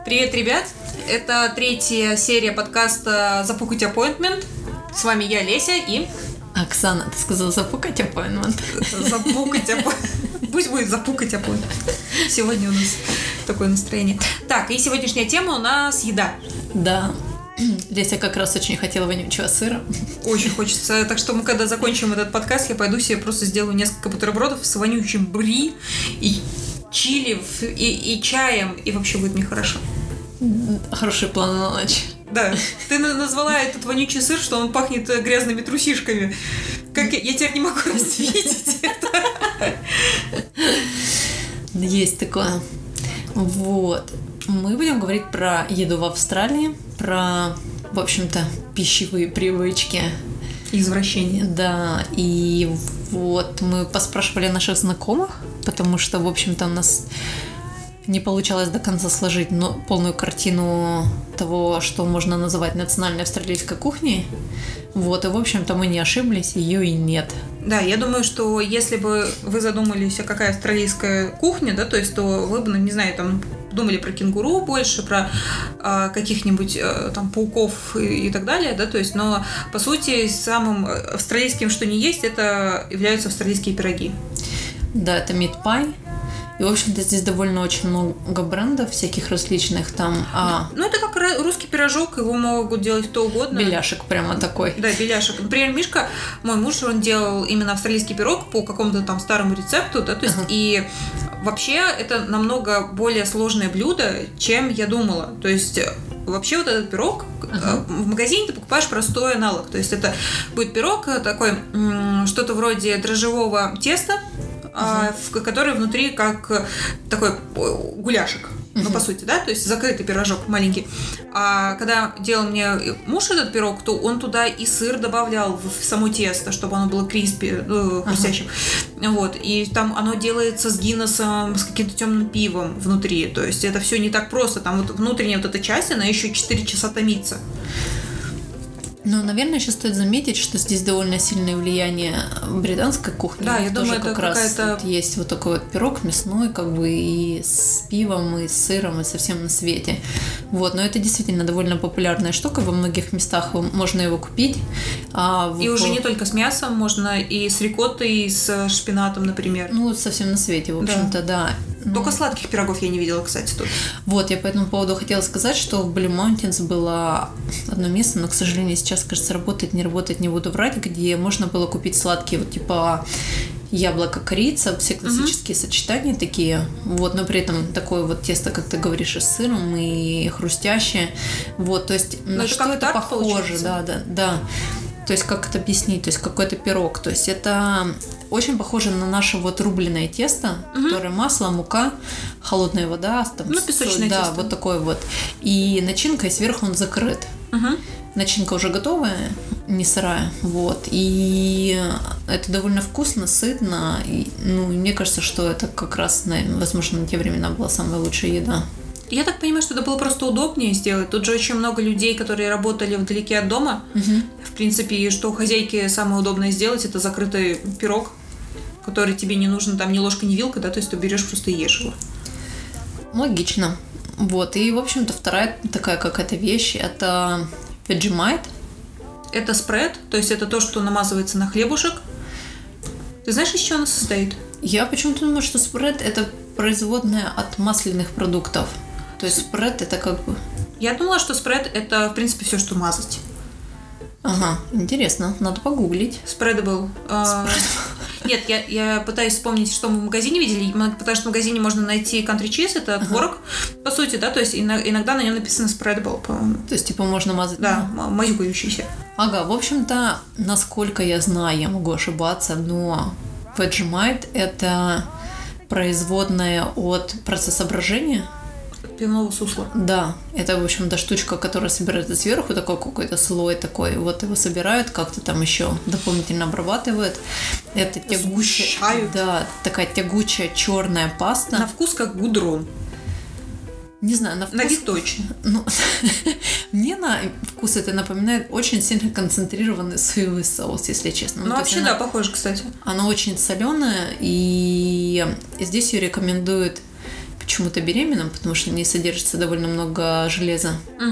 Привет, ребят! Это третья серия подкаста «Запукать аппоинтмент». С вами я, Леся, и... Оксана, ты сказала «запукать аппоинтмент». Запукать аппоинтмент. Пусть будет «запукать аппоинтмент». Сегодня у нас такое настроение. Так, и сегодняшняя тема у нас еда. Да. Леся как раз очень хотела вонючего сыра. Очень хочется. Так что мы, когда закончим этот подкаст, я пойду себе просто сделаю несколько бутербродов с вонючим бри и чили, и чаем, и вообще будет мне хорошо. Хороший план на ночь. Да. Ты назвала этот вонючий сыр, что он пахнет грязными трусишками. Как я теперь не могу развидеть это. Есть такое. Вот. Мы будем говорить про еду в Австралии, про, в общем-то, пищевые привычки. Извращение. Да, и вот мы поспрашивали наших знакомых, потому что, в общем-то, у нас не получалось до конца сложить полную картину того, что можно называть национальной австралийской кухней. Вот, и, в общем-то, мы не ошиблись, ее и нет. Да, я думаю, что если бы вы задумались, а какая австралийская кухня, да, то есть, то вы бы, не знаю, там, думали про кенгуру больше, про каких-нибудь там пауков и так далее, да, то есть, но, по сути, самым австралийским, что не есть, это являются австралийские пироги. Да, это meat pie. И, в общем-то, здесь довольно очень много брендов всяких различных там. Ну, это как русский пирожок, его могут делать кто угодно. Беляшек прямо такой. Да, беляшек. Например, Мишка, мой муж, он делал именно австралийский пирог по какому-то там старому рецепту, да, то есть, и вообще это намного более сложное блюдо, чем я думала. То есть, вообще вот этот пирог, в магазине ты покупаешь простой аналог, то есть, это будет пирог такой, что-то вроде дрожжевого теста, который внутри как такой гуляшек, ну, по сути, да, то есть закрытый пирожок маленький. А когда делал мне муж этот пирог, то он туда и сыр добавлял в само тесто, чтобы оно было криспи, хрустящим. Вот, и там оно делается с Гиннесом, с каким-то темным пивом внутри, то есть это все не так просто, там вот внутренняя вот эта часть, она еще 4 часа томится. Ну, наверное, еще стоит заметить, что здесь довольно сильное влияние британской кухни. Да, я думаю, это как раз вот есть вот такой вот пирог мясной, как бы и с пивом, и с сыром, и совсем на свете. Вот, но это действительно довольно популярная штука. Во многих местах можно его купить. И уже не только с мясом, можно и с рикоттой, и с шпинатом, например. Ну, совсем на свете, в общем-то, да. Только сладких пирогов я не видела, кстати, тут. Вот, я по этому поводу хотела сказать, что в Blue Mountains было одно место, но, к сожалению, сейчас, кажется, работает, не буду врать, где можно было купить сладкие, вот типа яблоко, корица, все классические сочетания такие, вот, но при этом такое вот тесто, как ты говоришь, и с сыром, и хрустящее, вот, то есть но на что это похоже, да. То есть, как это объяснить? То есть, какой-то пирог. То есть, это очень похоже на наше вот рубленое тесто, которое масло, мука, холодная вода. Там, песочное тесто. Да, вот такое вот. И начинка, и сверху он закрыт. Начинка уже готовая, не сырая. Вот. И это довольно вкусно, сытно. И, мне кажется, что это как раз, возможно, на те времена была самая лучшая еда. Я так понимаю, что это было просто удобнее сделать. Тут же очень много людей, которые работали вдалеке от дома. В принципе, что хозяйке самое удобное сделать, это закрытый пирог, который тебе не нужен, там ни ложка, ни вилка, да, то есть ты берешь просто и ешь его. Логично. Вот, и, в общем-то, вторая такая какая-то вещь, это Vegemite. Это спред, то есть это то, что намазывается на хлебушек. Ты знаешь, из чего оно состоит? Я почему-то думаю, что спред – это производная от масляных продуктов. То есть спред – это как бы… Я думала, что спред – это, в принципе, все, что мазать. Ага, интересно, надо погуглить. Spreadable. Нет, я пытаюсь вспомнить, что мы в магазине видели, потому что в магазине можно найти country cheese, это творог, по сути, да, то есть иногда на нем написано spreadable, по-моему. То есть, типа, можно мазать? Да, мазюкающийся. Ага, в общем-то, насколько я знаю, я могу ошибаться, но Vegemite – это производная от процесса брожения. Пивного сусла. Да, это, в общем-то, штучка, которая собирается сверху, такой какой-то слой такой, вот его собирают, как-то там еще дополнительно обрабатывают. Это тягучая, да, такая тягучая черная паста. На вкус как гудрон. Не знаю, на вкус… На вид точно. Мне на вкус это напоминает очень сильно концентрированный соевый соус, если честно. Ну, вообще, да, похоже, кстати. Она очень соленая, и здесь ее рекомендуют почему-то беременным, потому что в ней содержится довольно много железа.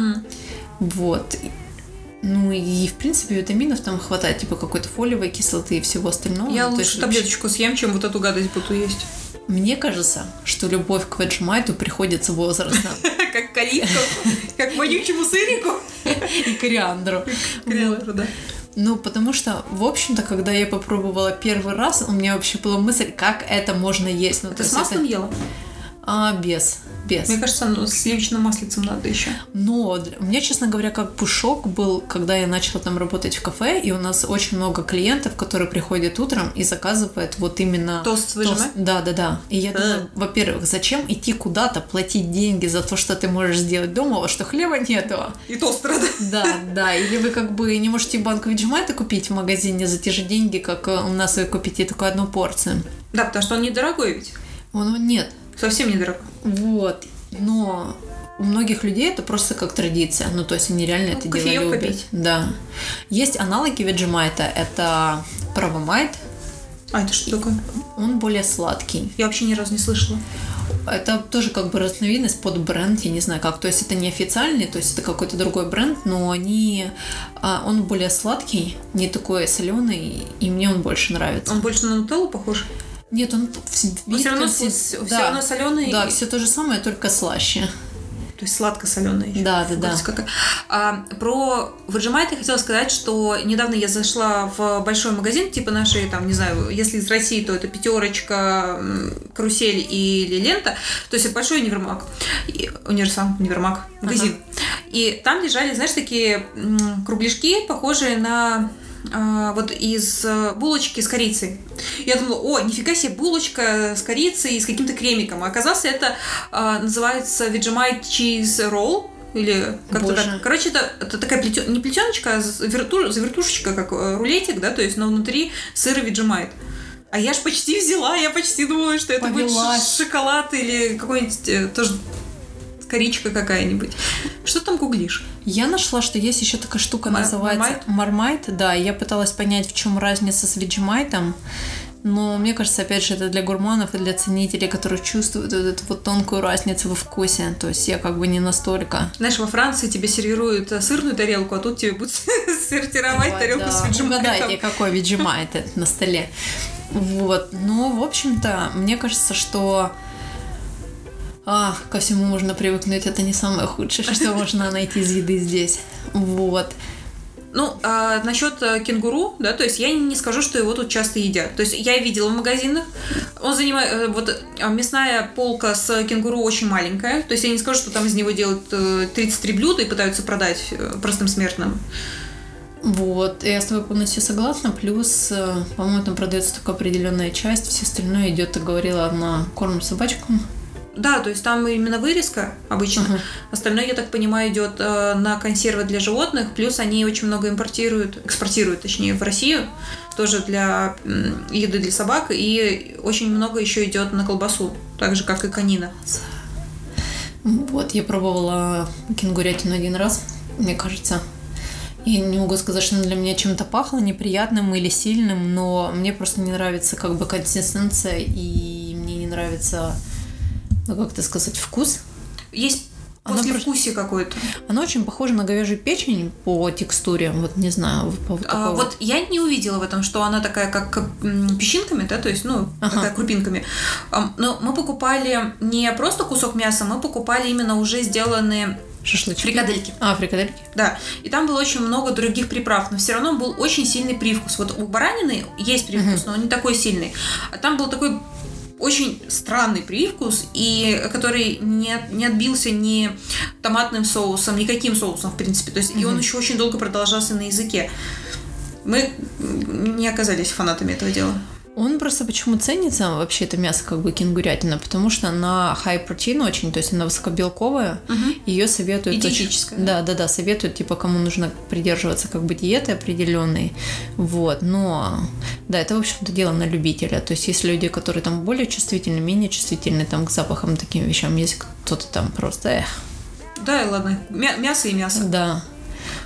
Вот. Ну и, в принципе, витаминов там хватает, типа какой-то фолиевой кислоты и всего остального. Я лучше таблеточку съем, чем вот эту гадость буду есть. Мне кажется, что любовь к Vegemite приходится возрастом. Как к оливкам, как к вонючему сырику. И кориандру. Кориандру, да. Ну, потому что, в общем-то, когда я попробовала первый раз, у меня вообще была мысль, как это можно есть. Ты с маслом ела? Без. Мне кажется, с сливочным маслицем надо еще. Но у меня, честно говоря, как пушок был, когда я начала там работать в кафе, и у нас очень много клиентов, которые приходят утром и заказывают вот именно... Тост с Vegemite? Да. И я думаю, во-первых, зачем идти куда-то, платить деньги за то, что ты можешь сделать дома, во что хлеба нету? И тостера, да? Да. Или вы как бы не можете банку Vegemite купить в магазине за те же деньги, как у нас вы купите только одну порцию. Да, потому что он недорогой ведь. Нет. Совсем недорого. Вот. Но у многих людей это просто как традиция. Ну, то есть они реально это дело любят. Попить. Да. Есть аналоги Vegemite. Это Provamite. А это что такое? Он более сладкий. Я вообще ни разу не слышала. Это тоже как бы разновидность под бренд, я не знаю как. То есть это не официальный, то есть это какой-то другой бренд, но он более сладкий, не такой соленый, и мне он больше нравится. Он больше на нутеллу похож? Нет, он все равно соленый. Да, все то же самое, только слаще. То есть сладко-соленый еще. Да. Про Vegemite я хотела сказать, что недавно я зашла в большой магазин, типа нашей, там, не знаю, если из России, то это Пятерочка, Карусель или Лента. То есть это большой универмаг. Универмаг, магазин. И там лежали, знаешь, такие кругляшки, похожие на... вот из булочки с корицей. Я думала, нифига себе, булочка с корицей и с каким-то кремиком. А оказалось, это называется Vegemite Cheese Roll. Или как-то так. Короче, это такая не плетеночка, а завертушечка, как рулетик, да, то есть, но внутри сыр и Vegemite. А я ж почти взяла, я почти думала, что это будет шоколад или какой-нибудь тоже коричка какая-нибудь. Что там гуглишь? Я нашла, что есть еще такая штука, называется Marmite. Да, я пыталась понять, в чем разница с Vegemite. Но мне кажется, опять же, это для гурманов и для ценителей, которые чувствуют вот эту вот тонкую разницу во вкусе. То есть я как бы не настолько. Знаешь, во Франции тебе сервируют сырную тарелку, а тут тебе будут сортировать тарелку с Vegemite. Угадайте, какой Vegemite на столе. Вот. Ну, в общем-то, мне кажется, что ко всему можно привыкнуть. Это не самое худшее, что можно найти из еды здесь. Вот. Ну, насчет кенгуру, да, то есть я не скажу, что его тут часто едят. То есть я видела в магазинах, он занимает, вот мясная полка с кенгуру очень маленькая, то есть я не скажу, что там из него делают 33 блюда и пытаются продать простым смертным. Вот, я с тобой полностью согласна, плюс, по-моему, там продается только определенная часть, все остальное идет, ты говорила, на корм собачкам. Да, то есть там именно вырезка обычно. Остальное, я так понимаю, идет на консервы для животных. Плюс они очень много экспортируют, точнее, в Россию. Тоже для еды для собак. И очень много еще идет на колбасу. Так же, как и конина. Вот, я пробовала кенгурятину один раз, мне кажется. Я не могу сказать, что она для меня чем-то пахла неприятным или сильным, но мне просто не нравится как бы консистенция, и мне не нравится... Ну, как это сказать, вкус. Есть послевкусие какое-то. Оно очень похоже на говяжью печень по текстуре. Вот не знаю. Вот я не увидела в этом, что она такая, как песчинками, да, то есть, такая крупинками. Но мы покупали не просто кусок мяса, мы покупали именно уже сделанные шашлычки. Фрикадельки. Фрикадельки? Да. И там было очень много других приправ, но все равно был очень сильный привкус. Вот у баранины есть привкус, но он не такой сильный. А там был такой очень странный привкус, и который не отбился ни томатным соусом, никаким соусом, в принципе. То есть, и он еще очень долго продолжался на языке. Мы не оказались фанатами этого дела. Он просто почему ценится, вообще, это мясо, как бы кенгурятина, потому что она high protein очень, то есть она высокобелковая, ее советуют... И диетическая. Да, советуют, типа, кому нужно придерживаться как бы диеты определенной, вот, но, да, это, в общем-то, дело на любителя, то есть есть люди, которые там более чувствительны, менее чувствительны там к запахам, таким вещам, есть кто-то там просто, Да, ладно, мясо и мясо. Да.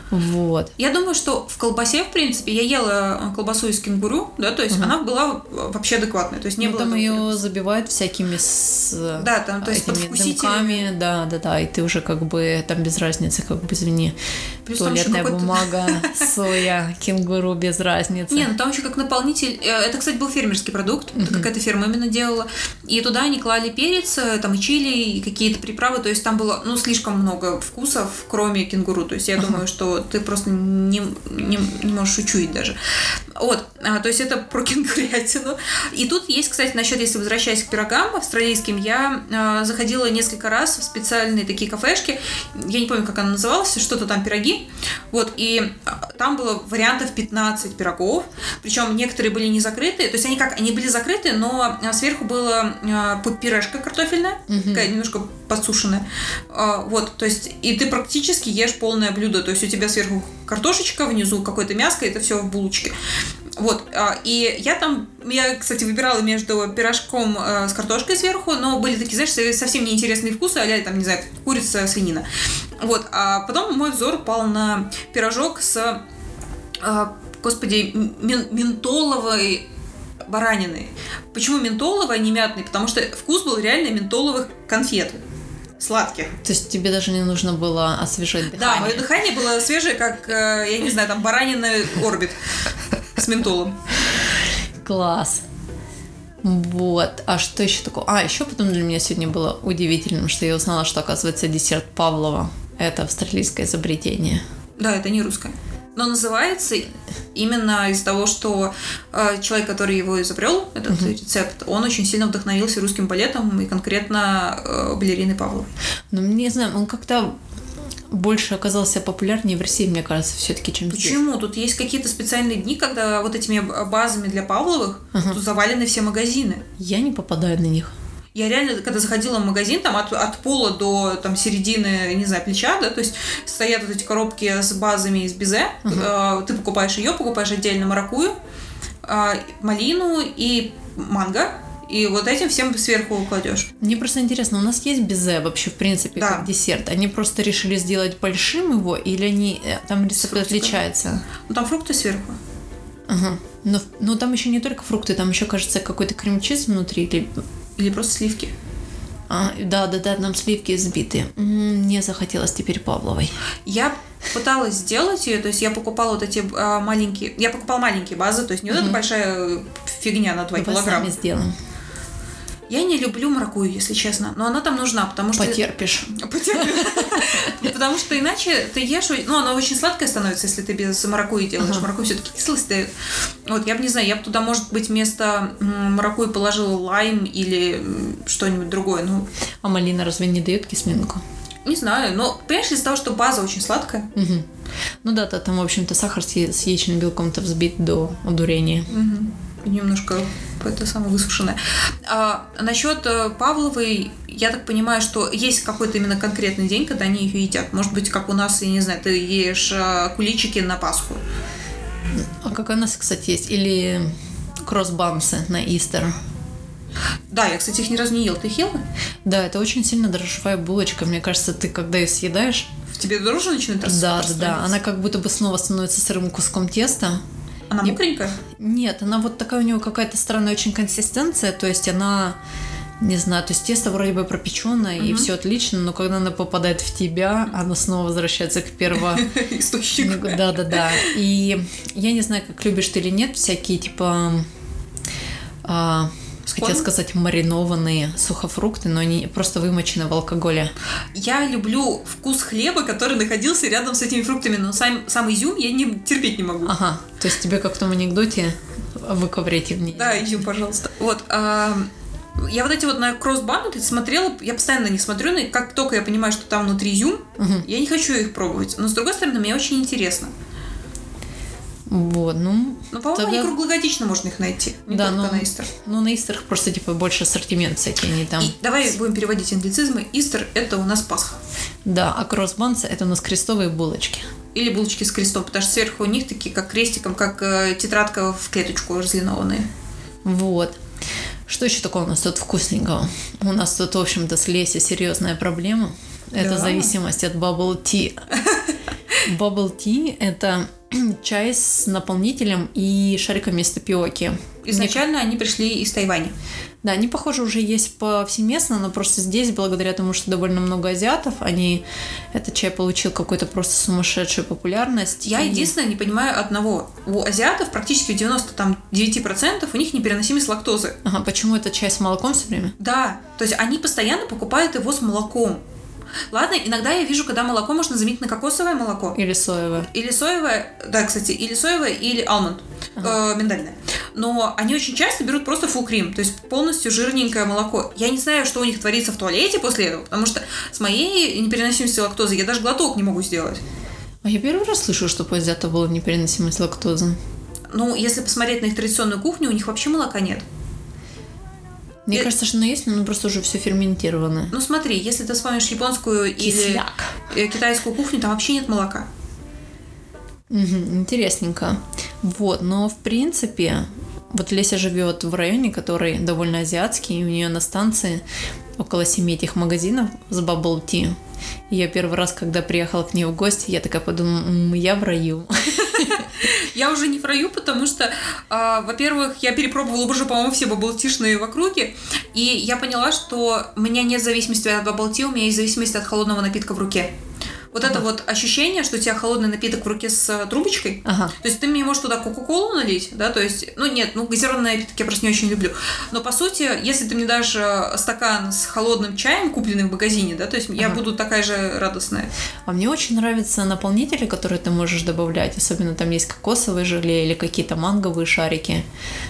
Вот. Я думаю, что в колбасе, в принципе, я ела колбасу из кенгуру, да, то есть она была вообще адекватная, то есть не было... Там ее забивают всякими да, там, то есть дымками, да, и ты уже как бы там без разницы, как бы, извини, плюс туалетная бумага, соя, кенгуру, без разницы. Не, ну там еще как наполнитель, это, кстати, был фермерский продукт, это какая-то ферма именно делала, и туда они клали перец, там и чили, и какие-то приправы, то есть там было, ну, слишком много вкусов, кроме кенгуру, то есть я думаю, что ты просто не можешь учуять даже. Вот, то есть это про кенгурятину. И тут есть, кстати, насчет, если возвращаясь к пирогам австралийским, я заходила несколько раз в специальные такие кафешки, я не помню, как она называлась, что-то там пироги, вот, и там было вариантов 15 пирогов, причем некоторые были не закрыты, то есть они были закрыты, но сверху была пюрешка картофельная, такая немножко подсушенная, вот, то есть, и ты практически ешь полное блюдо, то есть у тебя сверху картошечка, внизу какое-то мяско, это все в булочке. Вот, и я, кстати, выбирала между пирожком с картошкой сверху, но были такие, знаешь, совсем неинтересные вкусы, а-ля, там, не знаю, курица, свинина. Вот, а потом мой взор упал на пирожок с, ментоловой бараниной. Почему ментоловой, а не мятной? Потому что вкус был реально ментоловых конфет. Сладких. То есть тебе даже не нужно было освежать дыхание? Да, мое дыхание было свежее, как, я не знаю, там баранина орбит с ментолом. Класс. Вот. А что еще такое? Еще потом для меня сегодня было удивительным, что я узнала, что, оказывается, десерт Павлова – это австралийское изобретение. Да, это не русское. Но называется именно из-за того, что человек, который его изобрел, этот рецепт, он очень сильно вдохновился русским балетом и конкретно балериной Павловой. Ну, не знаю, он как-то больше оказался популярнее в России, мне кажется, все-таки, чем здесь. Почему? Тут есть какие-то специальные дни, когда вот этими базами для Павловых тут завалены все магазины. Я не попадаю на них. Я реально, когда заходила в магазин, там от пола до там, середины, не знаю, плеча, да, то есть стоят вот эти коробки с базами из безе, ты покупаешь отдельно маракую, малину и манго, и вот этим всем сверху кладешь. Мне просто интересно, у нас есть безе вообще, в принципе, как десерт? Они просто решили сделать большим его, или они там рецепт отличается? Ну, там фрукты сверху. Ага. Но там еще не только фрукты, там еще, кажется, какой-то крем-чиз внутри, или просто сливки. Да, там сливки взбиты. Мне захотелось теперь Павловой. Я пыталась сделать ее, то есть я покупала вот эти маленькие... Я покупала маленькие базы, то есть не вот эта большая фигня на 2 килограмма. Сами сделаем. Я не люблю маракую, если честно, но она там нужна, потому что... Потерпишь. Потому что иначе ты ешь... Ну, она очень сладкая становится, если ты без маракуйи делаешь. Маракуйя все-таки кислость дает. Вот, я бы не знаю, я бы туда, может быть, вместо маракуйи положила лайм или что-нибудь другое. Ну, а малина разве не дает кислинку? Не знаю, но, понимаешь, из-за того, что база очень сладкая. Ну да, там, в общем-то, сахар с яичным белком-то взбит до одурения. Немножко это самое высушенное. Насчет Павловой, я так понимаю, что есть какой-то именно конкретный день, когда они ее едят. Может быть, как у нас, я не знаю, ты ешь куличики на Пасху. А как у нас, кстати, есть? Или кроссбамсы на Истер? Да, я, кстати, их ни разу не ел. Ты их ела? Да, это очень сильно дрожжевая булочка. Мне кажется, ты, когда ее съедаешь... В тебе дрожжи начинают распространяться? Да. Она как будто бы снова становится сырым куском теста. Она мокренькая? Нет, она вот такая, у нее какая-то странная очень консистенция, то есть она, не знаю, то есть тесто вроде бы пропеченное, и все отлично, но когда она попадает в тебя, она снова возвращается к источнику. Да. И я не знаю, как любишь ты или нет, всякие типа... Хотела сказать маринованные сухофрукты, но они просто вымочены в алкоголе. Я люблю вкус хлеба, который находился рядом с этими фруктами, но сам изюм я терпеть не могу. Ага, то есть тебе как в том анекдоте выковырять в ней. Да, изюм, пожалуйста. Вот, я вот эти вот на кроссбанды смотрела, я постоянно не смотрю, но как только я понимаю, что там внутри изюм, я не хочу их пробовать. Но с другой стороны, мне очень интересно. Вот, ну, по-моему, они круглогодично можно их найти, не только на Истер. Ну, на Истер просто, типа, больше ассортимент всякий, они там. И давай будем переводить англицизмы. Истер – это у нас Пасха. Да, а кроссбансы – это у нас крестовые булочки. Или булочки с крестом, потому что сверху у них такие, как крестиком, как тетрадка в клеточку разлинованные. Вот. Что еще такого у нас тут вкусненького? У нас тут, в общем-то, с Лесей серьезная проблема. Это зависимость от bubble tea. Bubble tea – это чай с наполнителем и шариками из тапиоки. Изначально они пришли из Тайваня. Да, они, похоже, уже есть повсеместно, но просто здесь, благодаря тому, что довольно много азиатов, этот чай получил какую-то просто сумасшедшую популярность. Я единственное не понимаю одного. У азиатов практически 99% у них непереносимость лактозы. Ага, почему это чай с молоком все время? Да, то есть они постоянно покупают его с молоком. Ладно, иногда я вижу, когда молоко можно заменить на кокосовое молоко. Или соевое. Или соевое, да, кстати, или соевое, или алмонд, миндальное. Но они очень часто берут просто full cream, то есть полностью жирненькое молоко. Я не знаю, что у них творится в туалете после этого, потому что с моей непереносимостью лактозы я даже глоток не могу сделать. А я первый раз слышу, что у азиатов была непереносимость лактозы. Ну, если посмотреть на их традиционную кухню, у них вообще молока нет. Мне кажется, что оно есть, но оно просто уже все ферментировано. Ну смотри, если ты вспомнишь японскую или китайскую кухню, там вообще нет молока. Интересненько. Вот, но в принципе, вот Леся живет в районе, который довольно азиатский, и у нее на станции около 7 этих магазинов с bubble tea. И я первый раз, когда приехала к ней в гости, я такая подумала, я в раю. Я уже не в раю, потому что, во-первых, я перепробовала уже, по-моему, все баблтишные в округе, и я поняла, что у меня нет зависимости от баблти, у меня есть зависимость от холодного напитка в руке. Вот это вот ощущение, что у тебя холодный напиток в руке с трубочкой. То есть ты мне можешь туда кока-колу налить, да, то есть, газированные напитки я просто не очень люблю. Но по сути, если ты мне дашь стакан с холодным чаем, купленным в магазине, да, то есть я буду такая же радостная. А мне очень нравятся наполнители, которые ты можешь добавлять, особенно там есть кокосовое желе или какие-то манговые шарики.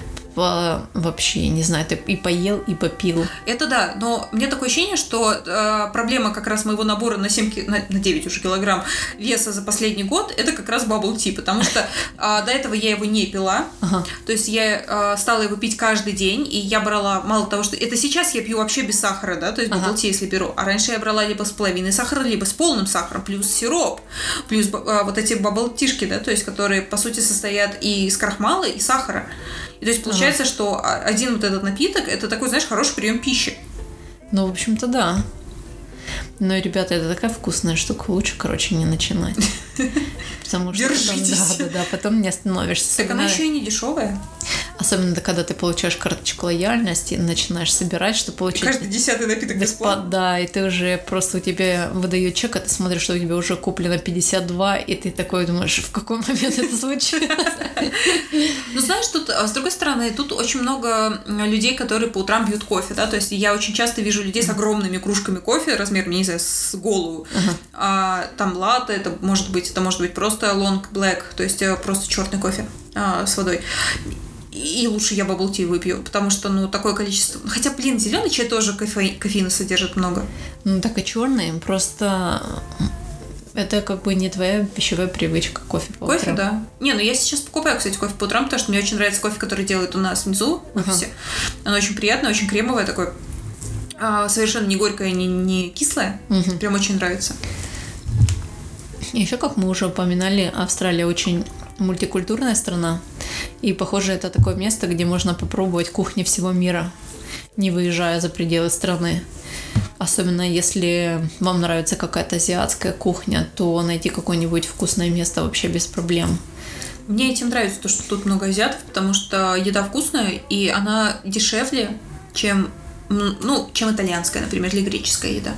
Вообще, не знаю, ты и поел, и попил. Это да, но мне такое ощущение, что проблема как раз моего набора на 9 уже килограмм веса за последний год, это как раз bubble tea, потому что до этого я его не пила, то есть я стала его пить каждый день, и я брала, мало того, что это сейчас я пью вообще без сахара, да, то есть bubble tea, если беру, а раньше я брала либо с половиной сахара, либо с полным сахаром, плюс сироп, плюс вот эти bubble tea-шки, да, то есть которые, по сути, состоят и из крахмала, и сахара. И то есть получается, что один вот этот напиток, это такой, знаешь, хороший прием пищи. Ну, в общем-то, да. Но, ребята, это такая вкусная штука, лучше, не начинать. Потому что потом не остановишься. Так она еще и не дешевая. Особенно, когда ты получаешь карточку лояльности, начинаешь собирать, чтобы получить... Каждый 10-й напиток бесплатно. Да, и ты уже просто у тебя выдают чек, а ты смотришь, что у тебя уже куплено 52, и ты такой думаешь, в какой момент это случилось? Ну, знаешь, тут, с другой стороны, тут очень много людей, которые по утрам пьют кофе, да, то есть я очень часто вижу людей с огромными кружками кофе, размером, не знаю, с голову. Там латте, это может быть просто long black, то есть просто черный кофе с водой. И лучше я bubble tea выпью, потому что, такое количество... Хотя, зеленый чай тоже кофеина содержит много. Ну, так и черный, просто это не твоя пищевая привычка, кофе по утрам. Кофе, да. Я сейчас покупаю, кстати, кофе по утрам, потому что мне очень нравится кофе, который делают у нас внизу в офисе. Оно очень приятное, очень кремовое такое, совершенно не горькое, не кислое. Прям очень нравится. Еще, как мы уже упоминали, Австралия очень мультикультурная страна. И, похоже, это такое место, где можно попробовать кухни всего мира, не выезжая за пределы страны. Особенно если вам нравится какая-то азиатская кухня, то найти какое-нибудь вкусное место вообще без проблем. Мне этим нравится, то, что тут много азиатов, потому что еда вкусная, и она дешевле, чем итальянская, например, или греческая еда.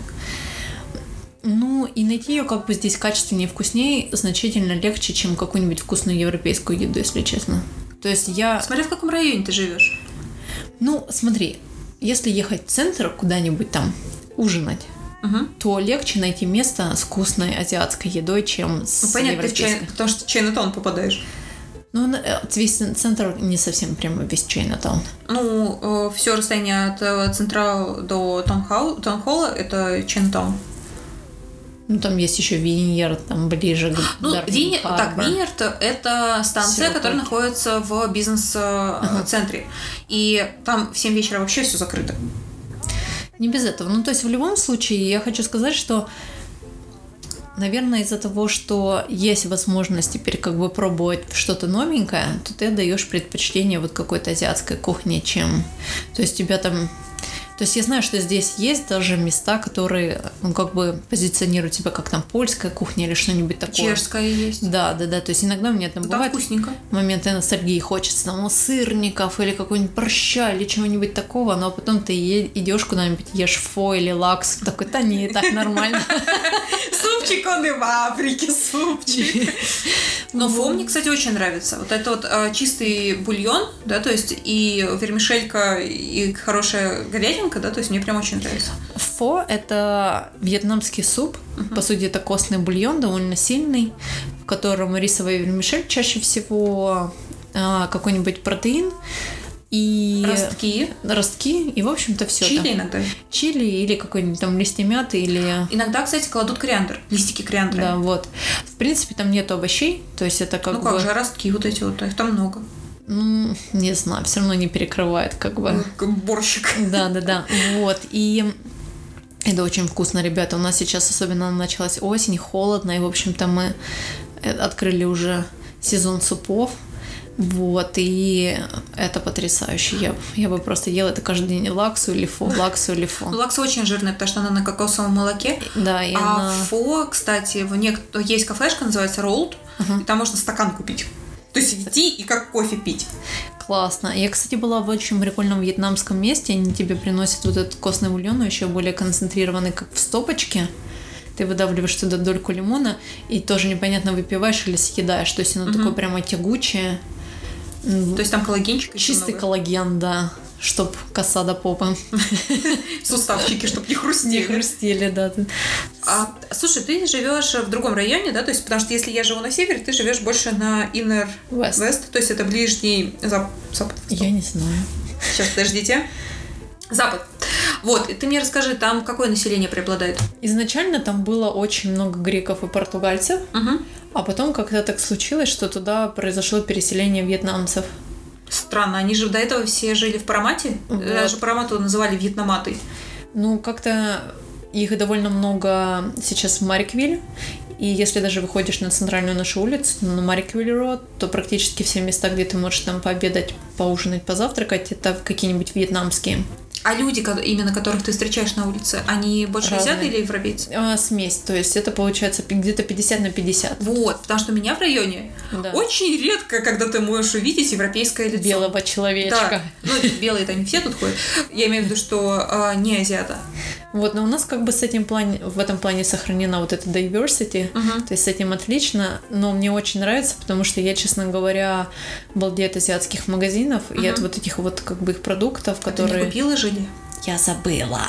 И найти ее здесь качественнее и вкуснее значительно легче, чем какую-нибудь вкусную европейскую еду, если честно. То есть Смотря в каком районе ты живешь. Смотри, если ехать в центр куда-нибудь там ужинать, то легче найти место с вкусной азиатской едой, чем с европейской. Понятно, потому что в Чайнатаун попадаешь. Весь центр не совсем прямо весь Чайнатаун. Все расстояние от центра до таунхолла – это Чайнатаун. Там есть еще Виньерд, там ближе к Виньерд – это станция, которая находится в бизнес-центре. И там в 7 вечера вообще все закрыто. Не без этого. То есть в любом случае я хочу сказать, что, наверное, из-за того, что есть возможность теперь пробовать что-то новенькое, то ты отдаешь предпочтение какой-то азиатской кухне, чем... То есть тебя там... То есть я знаю, что здесь есть даже места, которые, ну, как бы позиционируют себя как там польская кухня или что-нибудь такое. Чешская есть. Да. То есть иногда мне там бывает вкусненько. Моменты ностальгии, хочется там сырников или какого-нибудь борща или чего-нибудь такого, но потом ты идешь куда-нибудь, ешь фо или лакс, такой, да не, так нормально. Супчик он и в Африке, супчик. Но фо мне, кстати, очень нравится. Вот это вот чистый бульон, да, то есть и вермишелька, и хорошая говядинка, да, то есть мне прям очень нравится. Фо – это вьетнамский суп, по сути, это костный бульон, довольно сильный, в котором рисовая вермишель, чаще всего какой-нибудь протеин, и ростки, и, в общем-то, все. Чили иногда. Чили или какой-нибудь там листья мяты или... Иногда, кстати, кладут кориандр, листики кориандра. Да, вот. В принципе, там нету овощей, то есть это как бы... Ну как же, ростки вот эти вот, их там много. Ну, не знаю, все равно не перекрывает как бы... Борщик. Да. Вот, и... Это очень вкусно, ребята. У нас сейчас особенно началась осень, холодно, и, в общем-то, мы открыли уже сезон супов. Вот, и это потрясающе. Я бы просто ела это каждый день. Лаксу или фо. Лакса очень жирная, потому что она на кокосовом молоке. Да, и она... фо, кстати, есть кафешка, называется Rolled, и там можно стакан купить. То есть идти и как кофе пить. Классно. Я, кстати, была в очень прикольном вьетнамском месте. Они тебе приносят вот этот костный бульон, но еще более концентрированный, как в стопочке. Ты выдавливаешь туда дольку лимона и тоже непонятно выпиваешь или съедаешь. То есть оно такое прямо тягучее. То есть там коллагенчик? Чистый коллаген, да. Чтоб коса до попы. Суставчики, чтоб не хрустели. Не хрустели, да. Слушай, ты живешь в другом районе, да? То есть, потому что если я живу на севере, ты живешь больше на Inner West. То есть это ближний запад. Я не знаю. Сейчас, подождите. Запад. Вот, и ты мне расскажи, там какое население преобладает? Изначально там было очень много греков и португальцев, а потом как-то так случилось, что туда произошло переселение вьетнамцев. Странно, они же до этого все жили в Парамате? Вот. Даже Парамату называли вьетнаматой. Ну, как-то их довольно много сейчас в Мариквиле. И если даже выходишь на центральную нашу улицу, на Мариквиль-Роуд, то практически все места, где ты можешь там пообедать, поужинать, позавтракать, это какие-нибудь вьетнамские. А люди, именно которых ты встречаешь на улице, они больше азиаты или европейцы? Смесь, то есть это получается где-то 50/50. Вот, потому что у меня в районе очень редко, когда ты можешь увидеть европейское лицо. Белого человечка. Да. Ну, белые-то не все тут ходят. Я имею в виду, что не азиата. Вот, но у нас как бы в этом плане сохранена вот эта diversity, то есть с этим отлично, но мне очень нравится, потому что я, честно говоря, балдею от азиатских магазинов и от вот этих вот как бы их продуктов, которые... Ты не купила, жили? Я забыла.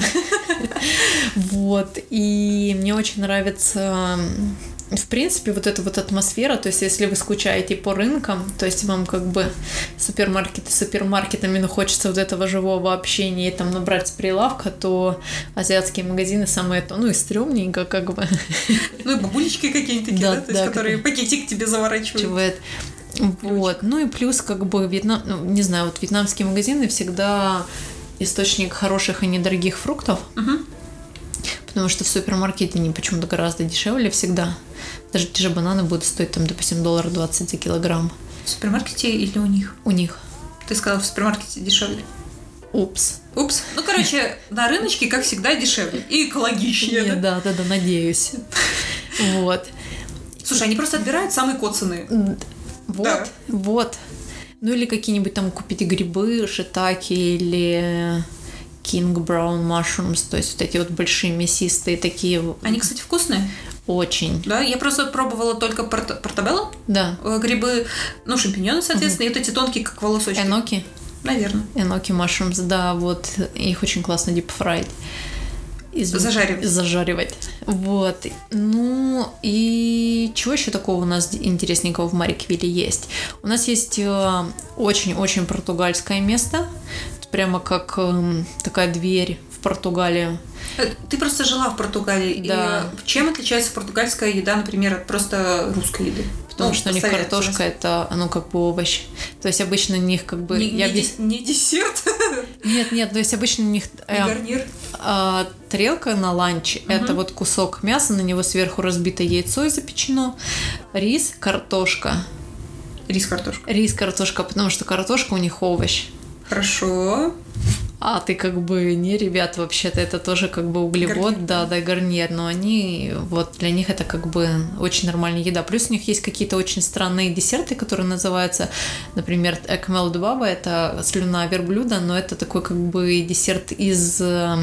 Вот, и мне очень нравится... В принципе, вот эта вот атмосфера, то есть если вы скучаете по рынкам, то есть вам как бы супермаркетами, но хочется вот этого живого общения и там набрать с прилавка, то азиатские магазины самое то, ну и стрёмненько как бы. Ну и бабулечки какие-нибудь такие, да? То есть которые пакетик тебе заворачивают. Вот, ну и плюс как бы не знаю, вот вьетнамские магазины всегда источник хороших и недорогих фруктов. Потому что в супермаркете они почему-то гораздо дешевле всегда. Даже те же бананы будут стоить, там, допустим, $1.20 за килограмм. В супермаркете или у них? У них. Ты сказала, в супермаркете дешевле. Упс. Ну, короче, на рыночке, как всегда, дешевле. И экологичнее. Да, надеюсь. Вот. Слушай, они просто отбирают самые коцаные. Вот. Ну, или какие-нибудь там купить грибы, шитаки или... King Brown Mushrooms, то есть вот эти вот большие мясистые такие. Они, кстати, вкусные? Очень. Да, я просто пробовала только портабелло. Да. Грибы, ну, шампиньоны, соответственно, и вот эти тонкие, как волосочки. Эноки? Наверное. Эноки Mushrooms, да, вот. Их очень классно deep-fried. Зажаривать. Вот. Ну, и чего еще такого у нас интересненького в Мариквиле есть? У нас есть очень-очень португальское место. Прямо как такая дверь в Португалию. Ты просто жила в Португалии. Да. И чем отличается португальская еда, например, от просто русской еды? Потому что у них картошка это, как бы овощ. То есть обычно у них как бы... Не десерт? Нет, то есть обычно у них... гарнир? Тарелка на ланч это вот кусок мяса, на него сверху разбито яйцо и запечено, рис, картошка. Рис-картошка. Рис-картошка, потому что картошка у них овощ. Хорошо. А ты как бы, не, ребят, вообще-то это тоже как бы углевод, да, гарнир, но они, вот для них это как бы очень нормальная еда. Плюс у них есть какие-то очень странные десерты, которые называются, например, экмел дубаба, это слюна верблюда, но это такой как бы десерт из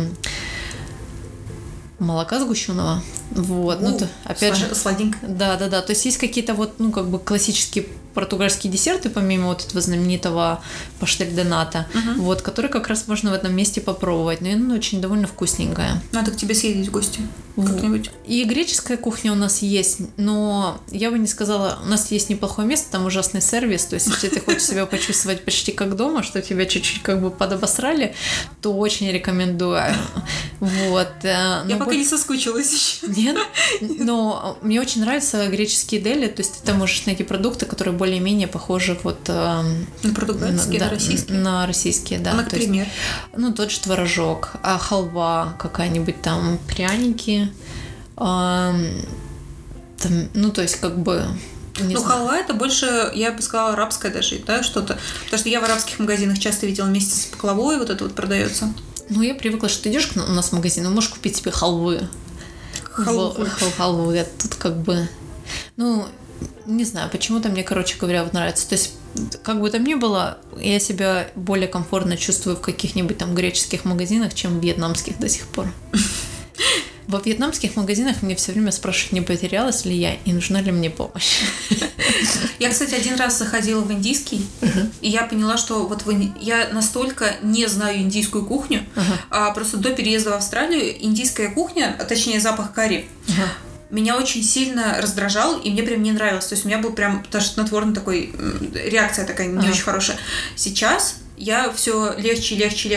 молока сгущенного. Вот, ну, опять же, сладенько. Да. То есть есть какие-то вот, ну, как бы классические португальские десерты, помимо вот этого знаменитого паштель де ната, вот, которые как раз можно в этом месте попробовать. Но она очень довольно вкусненькая. Надо к тебе съездить в гости как-нибудь. И греческая кухня у нас есть, но я бы не сказала, у нас есть неплохое место, там ужасный сервис, то есть если ты хочешь себя почувствовать почти как дома, что тебя чуть-чуть как бы подобосрали, то очень рекомендую. Вот. Я пока не соскучилась еще. Нет? Но мне очень нравятся греческие дели, то есть ты там можешь найти продукты, которые более-менее похожи вот... На португальские, на российские? На российские, да. Например? Ну, тот же творожок, халва какая-нибудь там, пряники, там, ну, то есть как бы... халва это больше, я бы сказала, арабское даже, да, что-то. Потому что я в арабских магазинах часто видела вместе с баклавой, вот это вот продается. Ну, я привыкла, что ты идешь у нас в магазин и можешь купить себе халвы. Халвы. Тут как бы... Ну, не знаю, почему-то мне, короче говоря, вот нравится. То есть, как бы там ни было, я себя более комфортно чувствую в каких-нибудь там греческих магазинах, чем в вьетнамских до сих пор. Во вьетнамских магазинах мне все время спрашивают, не потерялась ли я и нужна ли мне помощь. Я, кстати, один раз заходила в индийский, и я поняла, что вот я настолько не знаю индийскую кухню, просто до переезда в Австралию индийская кухня, а точнее запах карри, меня очень сильно раздражал, и мне прям не нравилось. То есть у меня был прям тошнотворный такой, реакция такая не очень хорошая. Сейчас я все легче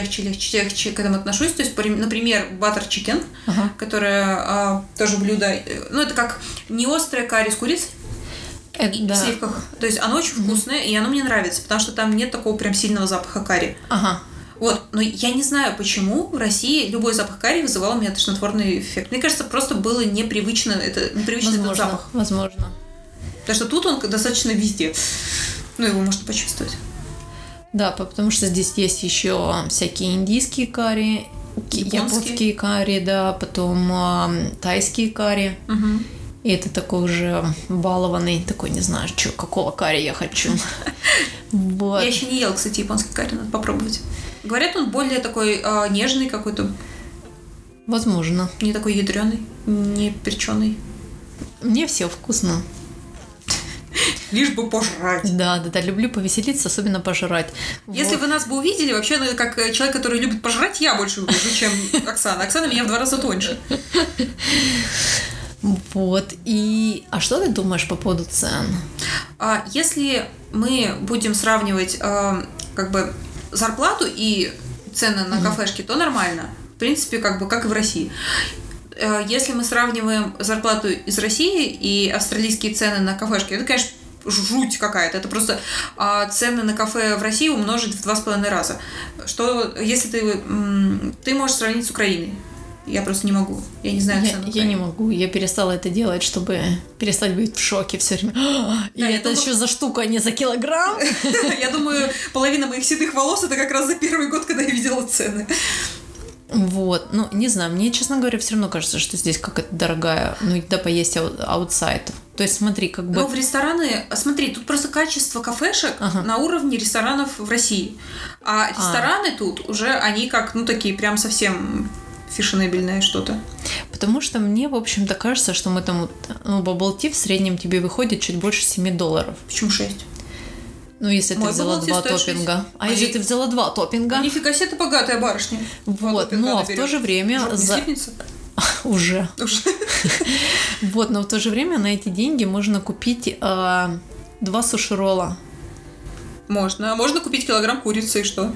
к этому отношусь. То есть, например, butter chicken, которое тоже блюдо, ну, это как не острое карри с курицей, в сливках. То есть оно очень вкусное, и оно мне нравится, потому что там нет такого прям сильного запаха карри. Вот, но я не знаю, почему в России любой запах карри вызывал у меня тошнотворный эффект. Мне кажется, просто было непривычно, этот запах. Возможно. Потому что тут он достаточно везде. Ну, его можно почувствовать. Да, потому что здесь есть еще всякие индийские карри, японские карри, да, потом тайские карри. И это такой уже балованный, такой, не знаю, какого карри я хочу. Я еще не ела, кстати, японский карри, надо попробовать. Говорят, он более такой нежный какой-то. Возможно. Не такой ядреный, не перченый. Мне все вкусно. Лишь бы пожрать. Да, люблю повеселиться, особенно пожрать. Если вы нас бы увидели, вообще, ну, как человек, который любит пожрать, я больше люблю, чем Оксана. Оксана меня в 2 раза тоньше. Вот. А что ты думаешь по поводу цен? Если мы будем сравнивать как бы зарплату и цены на кафешки, то нормально. В принципе, как и в России. Если мы сравниваем зарплату из России и австралийские цены на кафешки, это, конечно, жуть какая-то. Это просто цены на кафе в России умножить в 2,5 раза. Что, если ты можешь сравнить с Украиной. Я просто не могу. Я не знаю цену. Я не могу. Я перестала это делать, чтобы перестать быть в шоке все время. И это еще за штуку, а не за килограмм. Я думаю, половина моих седых волос это как раз за первый год, когда я видела цены. Вот, ну, не знаю, мне, честно говоря, все равно кажется, что здесь какая-то дорогая, ну, еда поесть аутсайд. То есть, смотри, как бы... Ну, в рестораны... Смотри, тут просто качество кафешек на уровне ресторанов в России. А рестораны тут уже, они как, ну, такие прям совсем фешенебельное что-то. Потому что мне, в общем-то, кажется, что мы там... Ну, bubble tea в среднем тебе выходит чуть больше $7. Почему 6? Ну, если ты взяла 2 топпинга. А если ты взяла 2 топпинга? Нифига себе, ты богатая барышня. Вот, но в то же время... Уже. Вот, но в то же время на эти деньги можно купить 2 суши-ролла. Можно. А можно купить килограмм курицы и что?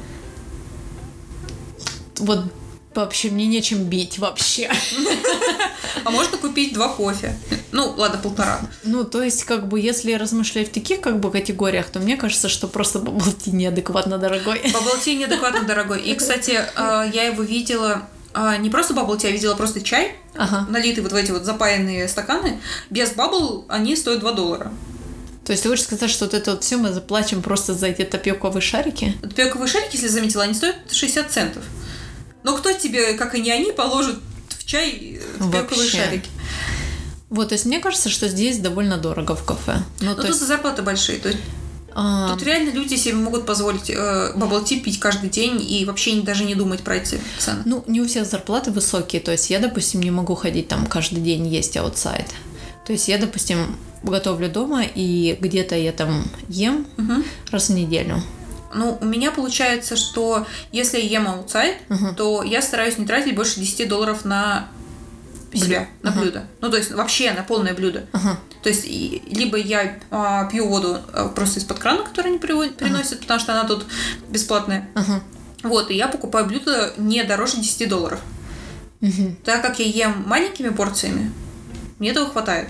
Вот вообще мне нечем бить вообще. А можно купить 2 кофе. Ну, ладно, 1,5. Ну, то есть, как бы, если размышлять в таких, как бы, категориях, то мне кажется, что просто bubble tea неадекватно дорогой. Bubble tea неадекватно дорогой. И, кстати, я его видела... Не просто bubble tea, я видела просто чай, налитый вот в эти вот запаянные стаканы. Без bubble они стоят $2. То есть ты хочешь сказать, что вот это вот все мы заплатим просто за эти тапиоковые шарики? Тапиоковые шарики, если заметила, они стоят 60 центов. Но кто тебе, как и не они, положит в чай тыквовые шарики? Вот, то есть мне кажется, что здесь довольно дорого в кафе. Но тут есть... зарплаты большие, то есть тут реально люди себе могут позволить бабл-ти пить каждый день и вообще даже не думать про эти цены. Ну, не у всех зарплаты высокие, то есть я, допустим, не могу ходить там каждый день есть аутсайд. То есть я, допустим, готовлю дома, и где-то я там ем раз в неделю. Ну, у меня получается, что если я ем аутсайд, то я стараюсь не тратить больше $10 на себя, на блюдо. Ну, то есть вообще на полное блюдо. То есть либо я пью воду просто из-под крана, которую они приносят, потому что она тут бесплатная. Вот, и я покупаю блюдо не дороже $10. Так как я ем маленькими порциями, мне этого хватает.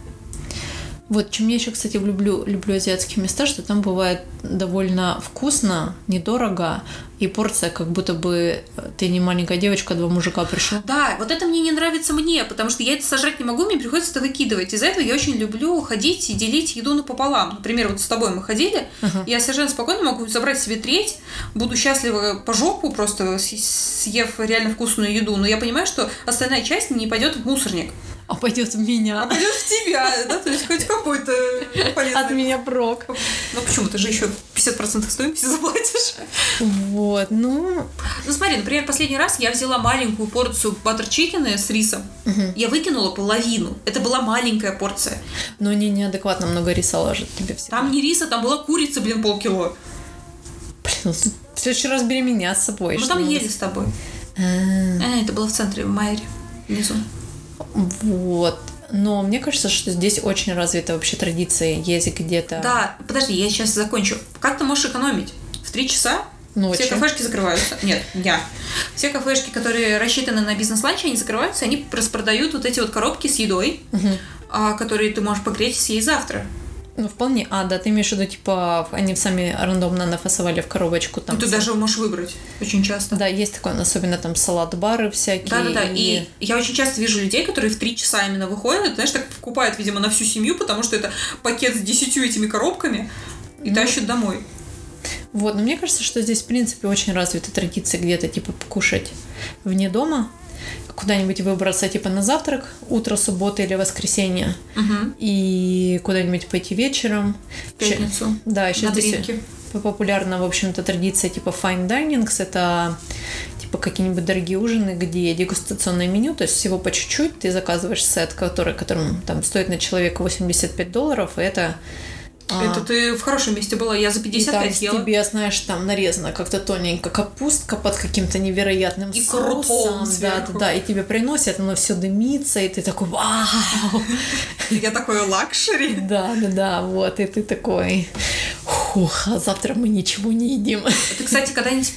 Вот, чем я еще, кстати, люблю азиатские места, что там бывает довольно вкусно, недорого, и порция, как будто бы ты не маленькая девочка, 2 мужика пришел. Да, вот это мне не нравится мне, потому что я это сожрать не могу, мне приходится это выкидывать. Из-за этого я очень люблю ходить и делить еду напополам. Например, вот с тобой мы ходили, я совершенно спокойно могу забрать себе треть, буду счастлива по жопу, просто съев реально вкусную еду, но я понимаю, что остальная часть не пойдет в мусорник. А пойдет в меня. А пойдет в тебя, да? То есть хоть какой-то полезный. От меня прок. Ну почему? Ты же еще 50% стоимости заплатишь. Вот, ну... Ну смотри, например, последний раз я взяла маленькую порцию баттер-чикена с рисом. Я выкинула половину. Это была маленькая порция. Но они неадекватно много риса ложат тебе всегда. Там не риса, там была курица, полкило. Блин, в следующий раз бери меня с собой. Мы там ели с тобой. Это было в центре, в Майере, внизу. Вот. Но мне кажется, что здесь очень развита вообще традиция есть где-то... Да, подожди, я сейчас закончу. Как ты можешь экономить? В 3 часа ночи. Все кафешки закрываются. Нет, дня. Все кафешки, которые рассчитаны на бизнес-ланч, они закрываются, они распродают вот эти вот коробки с едой, которые ты можешь погреть и съесть завтра. Ну, вполне. Да, ты имеешь в виду, типа, они сами рандомно нафасовали в коробочку. Там, и ты даже можешь выбрать очень часто. Да, есть такое, особенно там салат-бары всякие. Да. И я очень часто вижу людей, которые в 3 часа именно выходят, знаешь, так покупают, видимо, на всю семью, потому что это пакет с 10 этими коробками и тащат домой. Вот, но мне кажется, что здесь, в принципе, очень развита традиция где-то, типа, покушать вне дома, куда-нибудь выбраться, типа, на завтрак, утро субботы или воскресенья, и куда-нибудь пойти вечером. В пятницу. Да, еще на здесь дринки. Популярна, в общем-то, традиция, типа, fine dining, это, типа, какие-нибудь дорогие ужины, где дегустационное меню, то есть всего по чуть-чуть, ты заказываешь сет, которым там стоит на человека $85, и это... Это ты в хорошем месте была, я за 55 ела. И тебе, знаешь, там нарезана как-то тоненько капустка под каким-то невероятным и соусом. Да, и тебе приносят, оно все дымится, и ты такой, вау! Я такой лакшери. Да, вот, и ты такой, а завтра мы ничего не едим. Ты, кстати, когда-нибудь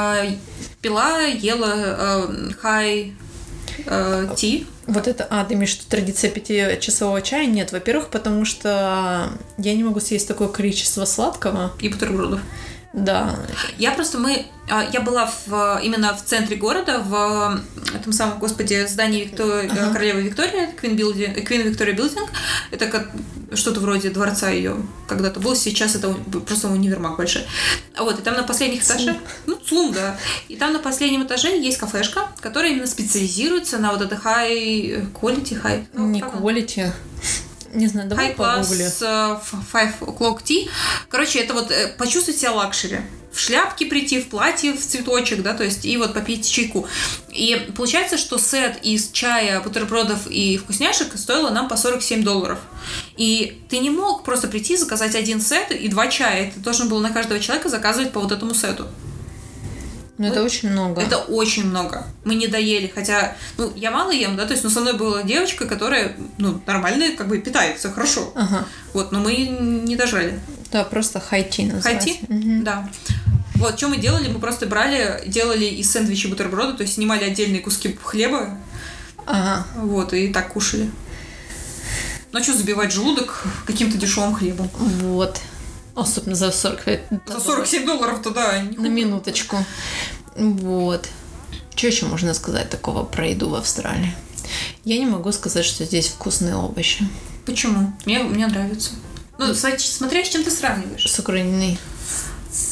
ела high tea? Вот это, ты имеешь в виду традиция 5-часового чая? Нет, во-первых, потому что я не могу съесть такое количество сладкого. И бутербродов. Да. Я была именно в центре города, в этом самом, господи, здании королевы Виктории, Queen Victoria Building. Это как что-то вроде дворца ее когда-то был, сейчас это просто универмаг большой. Вот, и там на последних этажах... ЦУМ, да. И там на последнем этаже есть кафешка, которая именно специализируется на вот это high quality, Не quality. Не знаю, давай погуглю. High class 5 o'clock tea. Короче, это вот почувствовать себя лакшери. В шляпке прийти, в платье, в цветочек, да, то есть, и вот попить чайку. И получается, что сет из чая, бутербродов и вкусняшек стоило нам по $47. И ты не мог просто прийти, заказать один сет и 2 чая. Ты должен был на каждого человека заказывать по вот этому сету. Ну, это очень много. Это очень много. Мы не доели, хотя, я мало ем, да, то есть, со мной была девочка, которая, нормально, как бы, питается хорошо. Вот, но мы не дожали. Да, просто хай-ти называется. Хай-ти? Да. Вот, что мы делали? Мы просто делали из сэндвичей бутерброды, то есть, снимали отдельные куски хлеба. Вот, и так кушали. Ну, что забивать желудок каким-то дешевым хлебом? Вот. Особенно за 47 $47 туда. На минуточку. Вот. Что еще можно сказать такого про еду в Австралии? Я не могу сказать, что здесь вкусные овощи. Почему? Мне нравится. Смотря с чем ты сравниваешь. С Украиной.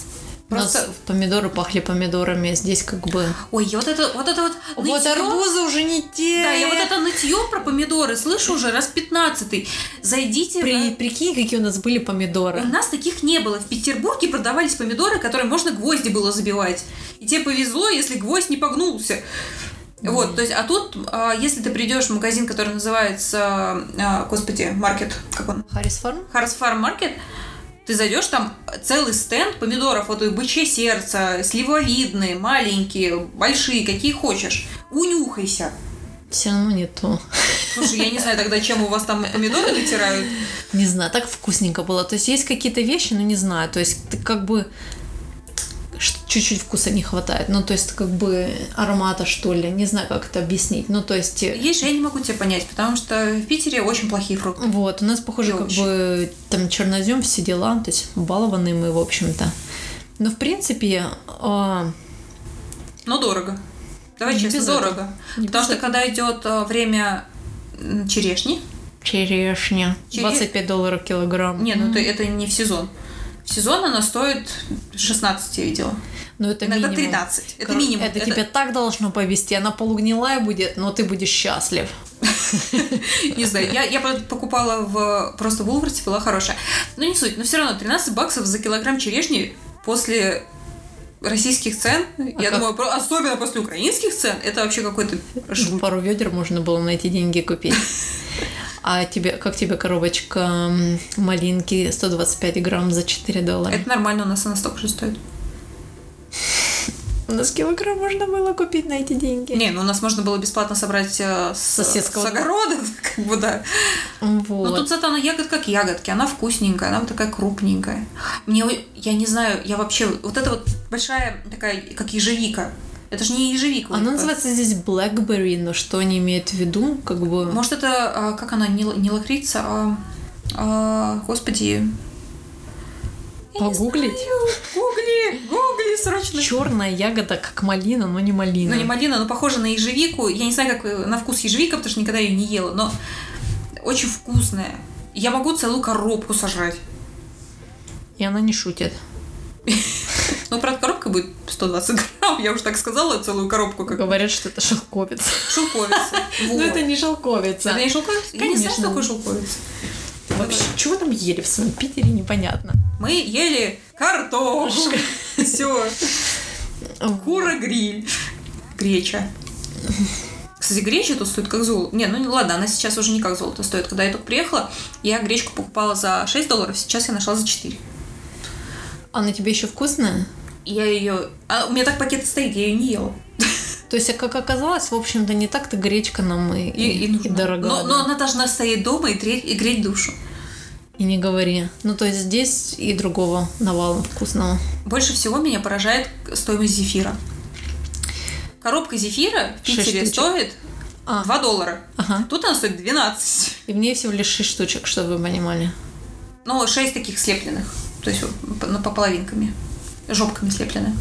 Просто... У нас помидоры пахли помидорами, здесь как бы... Ой, вот это вот Вот арбузы уже не те. Да, я вот это нытье про помидоры слышу уже раз 15-й. Зайдите... Прикинь, какие у нас были помидоры. У нас таких не было. В Петербурге продавались помидоры, которые можно гвозди было забивать. И тебе повезло, если гвоздь не погнулся. Вот, то есть, а тут, если ты придешь в магазин, который называется, господи, маркет, как он? Харрис Фарм? Харрис Фарм маркет, ты зайдешь, там целый стенд помидоров, вот и бычье сердце, сливовидные, маленькие, большие, какие хочешь. Унюхайся. Все равно не то. Слушай, я не знаю тогда, чем у вас там помидоры натирают. Не знаю, так вкусненько было. То есть есть какие-то вещи, но не знаю. То есть ты как бы чуть-чуть вкуса не хватает. Ну, то есть как бы аромата, что ли. Не знаю, как это объяснить. Ну, то есть... Есть же, я не могу тебя понять, потому что в Питере очень плохие фрукты. Вот, у нас, похоже, как бы там чернозем, все дела. То есть балованные мы, в общем-то. Но, в принципе... Но дорого. Давай честно, дорого. Потому что когда идет время черешни... Черешня. $25 килограмм. Не, ну это не в сезон. В сезон она стоит 16, я видела. Но это иногда минимум. 13. Это минимум. Это тебя так должно повезти. Она полугнилая будет, но ты будешь счастлив. Не знаю, я покупала просто в Woolworths, была хорошая. Но не суть, но все равно $13 за килограмм черешни после российских цен, я думаю, особенно после украинских цен, это вообще какой-то жуть. Пару ведер можно было на эти деньги купить. А как тебе коробочка малинки 125 грамм за $4? Это нормально, у нас она столько же стоит. У нас килограмм можно было купить на эти деньги. Не, ну у нас можно было бесплатно собрать с огорода, как бы, да. Вот. Но тут зато она ягодка как ягодки, она вкусненькая, она вот такая крупненькая. Я не знаю, я вообще... Вот это вот большая такая, как ежевика. Это же не ежевика. Она называется здесь blackberry, но что они имеют в виду, как бы... Может, это, как она, не лакрица, господи... Погуглить? Гугли срочно. Черная ягода, как малина, но не малина. Ну, не малина, но похожа на ежевику. Я не знаю, как на вкус ежевика, потому что никогда ее не ела, но очень вкусная. Я могу целую коробку сожрать. И она не шутит. Ну, правда, коробка будет 120 грамм, я уже так сказала, целую коробку. Говорят, что это шелковица. Шелковица. Но это не шелковица. Это не шелковица? Я не знаю, что такое шелковица. Вообще, чего там ели в своем Питере, непонятно. Мы ели картошку. Все. Кура-гриль. Греча. Кстати, греча тут стоит как золото. Не, ну ладно, она сейчас уже не как золото стоит. Когда я только приехала, я гречку покупала за $6, сейчас я нашла за 4. Она тебе еще вкусная? Я ее... у меня так пакет стоит, я ее не ела. То есть, как оказалось, в общем-то, не так-то гречка нам и дорога. Но она должна стоять дома и греть душу. И не говори. Ну, то есть, здесь и другого навалом вкусного. Больше всего меня поражает стоимость зефира. Коробка зефира в Питере стоит $2. Ага. Тут она стоит 12. И в ней всего лишь 6 штучек, чтобы вы понимали. Ну, 6 таких слепленных. То есть, по половинками. Жопками слепленных.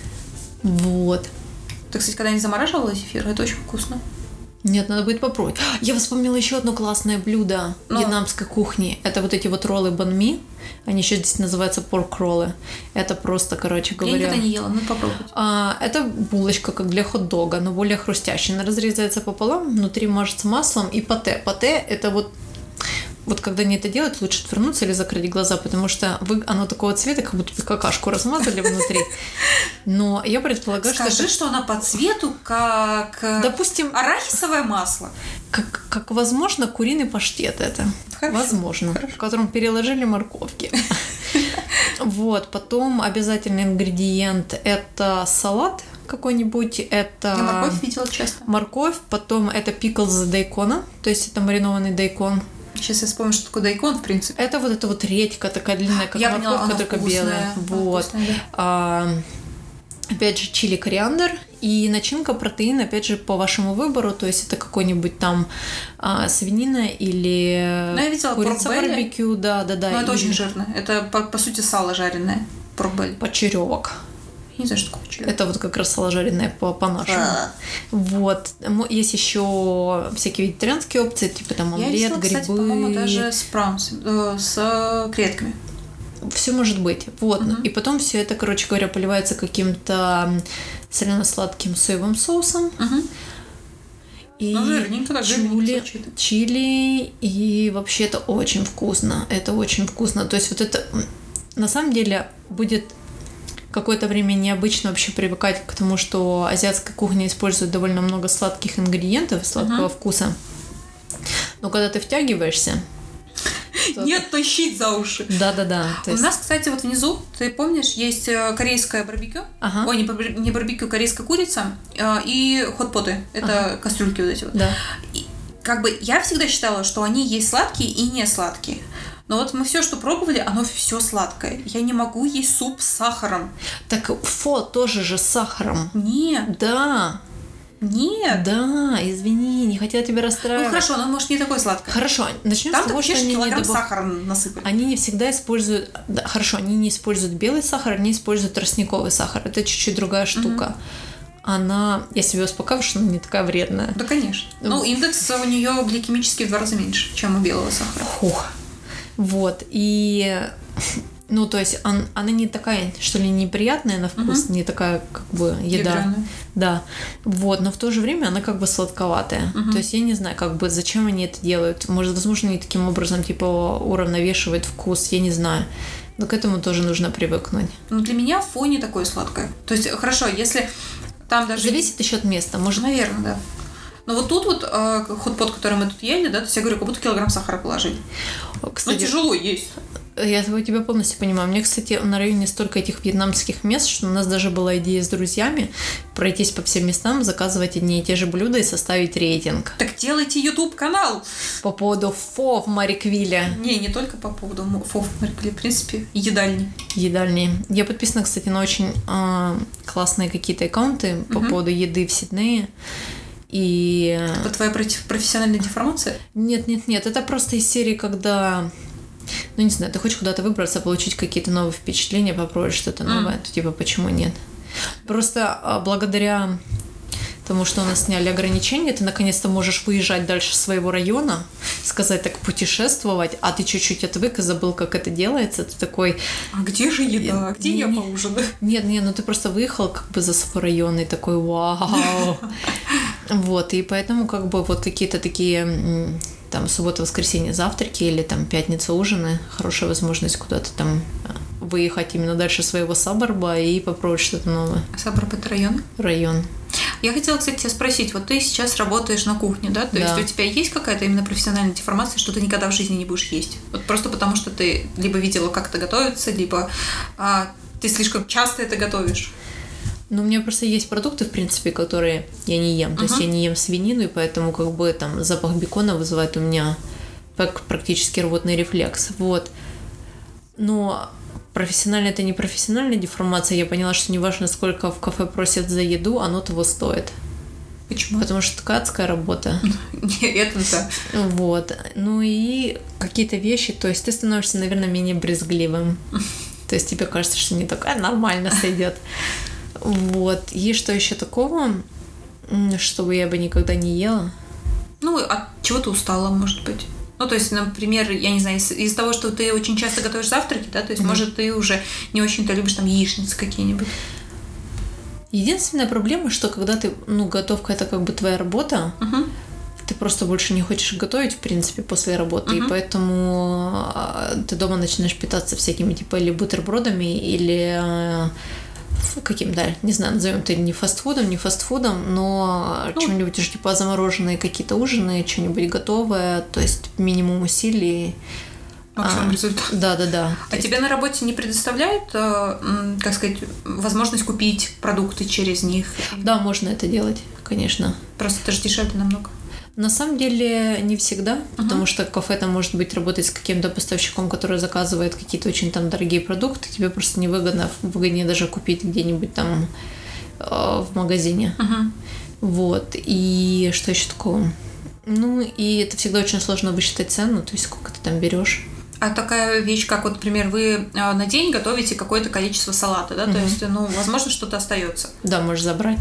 Вот. Ты, кстати, когда-нибудь замораживала зефир? Это очень вкусно. Нет, надо будет попробовать. Я вспомнила еще одно классное блюдо вьетнамской кухни. Это вот эти вот роллы банми. Они еще здесь называются порк-роллы. Это просто, короче говоря... Я никогда не ела, надо попробовать. Это булочка, как для хот-дога, но более хрустящая. Она разрезается пополам, внутри мажется маслом и пате. Пате – это вот когда они это делают, лучше отвернуться или закрыть глаза, потому что оно такого цвета, как будто какашку размазали внутри. Но я предполагаю, Скажи, что она по цвету как, допустим, арахисовое масло. Как возможно, куриный паштет это. Хорошо, возможно. В котором переложили морковки. Вот. Потом обязательный ингредиент – это салат какой-нибудь. Это я морковь видела часто. Морковь. Потом это пиклз дайкона, то есть это маринованный дайкон. Сейчас я вспомню, что такое дайкон, в принципе. Это вот эта вот редька такая длинная, как морковка, только белая. Вот. Вкусная, да. Опять же, чили, кориандр. И начинка протеин, опять же, по вашему выбору. То есть это какой-нибудь там свинина или курица барбекю. Да. Но это очень жирно. Это, по сути, сало жареное. Поркбелли. Почеревок. Я не знаю, что такое почеревок. Это вот как раз сало жареное по-нашему. Вот. Есть еще всякие вегетарианские опции, типа там омлет, я видела, грибы. Кстати, по-моему, даже с креветками. все может быть. Вот. И потом все это, короче говоря, поливается каким-то солено-сладким соевым соусом. И жирненько, так чили, и вообще это очень вкусно. Это очень вкусно. То есть вот это на самом деле будет какое-то время необычно вообще привыкать к тому, что азиатская кухня использует довольно много сладких ингредиентов, сладкого вкуса. Но когда ты втягиваешься... Нет, тащить за уши. Да-да-да. У нас, кстати, вот внизу, ты помнишь, есть корейское барбекю. Ой, не барбекю, корейская курица и хот-поты. Это кастрюльки вот эти вот. Да. И, как бы я всегда считала, что они есть сладкие и не сладкие. Но вот мы все, что пробовали, оно все сладкое. Я не могу есть суп с сахаром. Так фо тоже же с сахаром. Нет. Да. Нет. Да, извини, не хотела тебя расстраивать. Ну хорошо, но может не такой сладкий. Хорошо, начнем с того, что они килограмм сахара насыпали. Они не всегда используют... Да, хорошо, они не используют белый сахар, они используют тростниковый сахар. Это чуть-чуть другая штука. Она... Я себя успокаиваю, что она не такая вредная. Да, конечно. Ну, индекс у нее гликемический в 2 раза меньше, чем у белого сахара. Фух. Вот. И... Ну, то есть она не такая, что ли, неприятная на вкус, не такая, как бы, еда. Ядреная. Да. Вот, но в то же время она как бы сладковатая. То есть я не знаю, как бы, зачем они это делают. Может, возможно, они таким образом, типа, уравновешивают вкус, я не знаю. Но к этому тоже нужно привыкнуть. Ну, для меня фо не такое сладкое. То есть, хорошо, если там даже... Зависит еще от места. Может... Наверное, да. Но вот тут вот хот-пот, который мы тут ели, да, то есть я говорю, как будто килограмм сахара положить. Кстати, ну, тяжело есть. Я тебя полностью понимаю. Мне, кстати, на районе столько этих вьетнамских мест, что у нас даже была идея с друзьями пройтись по всем местам, заказывать одни и те же блюда и составить рейтинг. Так делайте YouTube-канал! По поводу фо в Мариквиле. Не только по поводу фо в Мариквиле, в принципе, едальни. Я подписана, кстати, на очень классные какие-то аккаунты по поводу еды в Сиднее. И... Это твоя профессиональная деформация? Нет, это просто из серии, когда... Ну, не знаю, ты хочешь куда-то выбраться, получить какие-то новые впечатления, попробовать что-то новое, то типа почему нет? Просто благодаря тому, что у нас сняли ограничения, ты наконец-то можешь выезжать дальше своего района, сказать так, путешествовать, а ты чуть-чуть отвык и забыл, как это делается, ты такой... А где же еда? Где я поужинаю? Нет, ну ты просто выехал как бы за свой район и такой вау. Вот, и поэтому как бы вот какие-то такие... там суббота-воскресенье завтраки или там пятница ужины, хорошая возможность куда-то там выехать именно дальше своего саборба и попробовать что-то новое. Саборб — это район? Район. Я хотела, кстати, тебя спросить, вот ты сейчас работаешь на кухне, да? То есть у тебя есть какая-то именно профессиональная деформация, что ты никогда в жизни не будешь есть? Вот просто потому, что ты либо видела, как это готовится, либо ты слишком часто это готовишь. Ну, у меня просто есть продукты, в принципе, которые я не ем. То есть я не ем свинину, и поэтому как бы там запах бекона вызывает у меня практически рвотный рефлекс. Вот. Но профессионально это не профессиональная деформация. Я поняла, что неважно, сколько в кафе просят за еду, оно того стоит. Почему? Потому что это адская работа. Это да. Вот. Ну и какие-то вещи, то есть ты становишься, наверное, менее брезгливым. То есть тебе кажется, что не такая нормально сойдет. Вот. И что еще такого, чтобы я бы никогда не ела? Ну, от чего ты устала, может быть? Ну, то есть, например, я не знаю, из-за того, что ты очень часто готовишь завтраки, да, то есть, может, ты уже не очень-то любишь там яичницы какие-нибудь. Единственная проблема, что когда ты, готовка — это как бы твоя работа, ты просто больше не хочешь готовить, в принципе, после работы, и поэтому ты дома начинаешь питаться всякими, типа, или бутербродами, или... каким, да, не знаю, назовем это не фастфудом, но чем-нибудь уже типа замороженные какие-то ужины, что-нибудь готовое, то есть минимум усилий. Максимум результат. Да. А тебе на работе не предоставляют, как сказать, возможность купить продукты через них? Да, можно это делать, конечно. Просто это же дешевле намного. На самом деле не всегда, потому что кафе там может быть работать с каким-то поставщиком, который заказывает какие-то очень там дорогие продукты, тебе просто невыгодно, выгоднее даже купить где-нибудь там в магазине. Вот. И что еще такого? Ну, и это всегда очень сложно высчитать цену, то есть сколько ты там берешь. А такая вещь, как вот, например, вы на день готовите какое-то количество салата, да, то есть, возможно, что-то остается. Да, можешь забрать.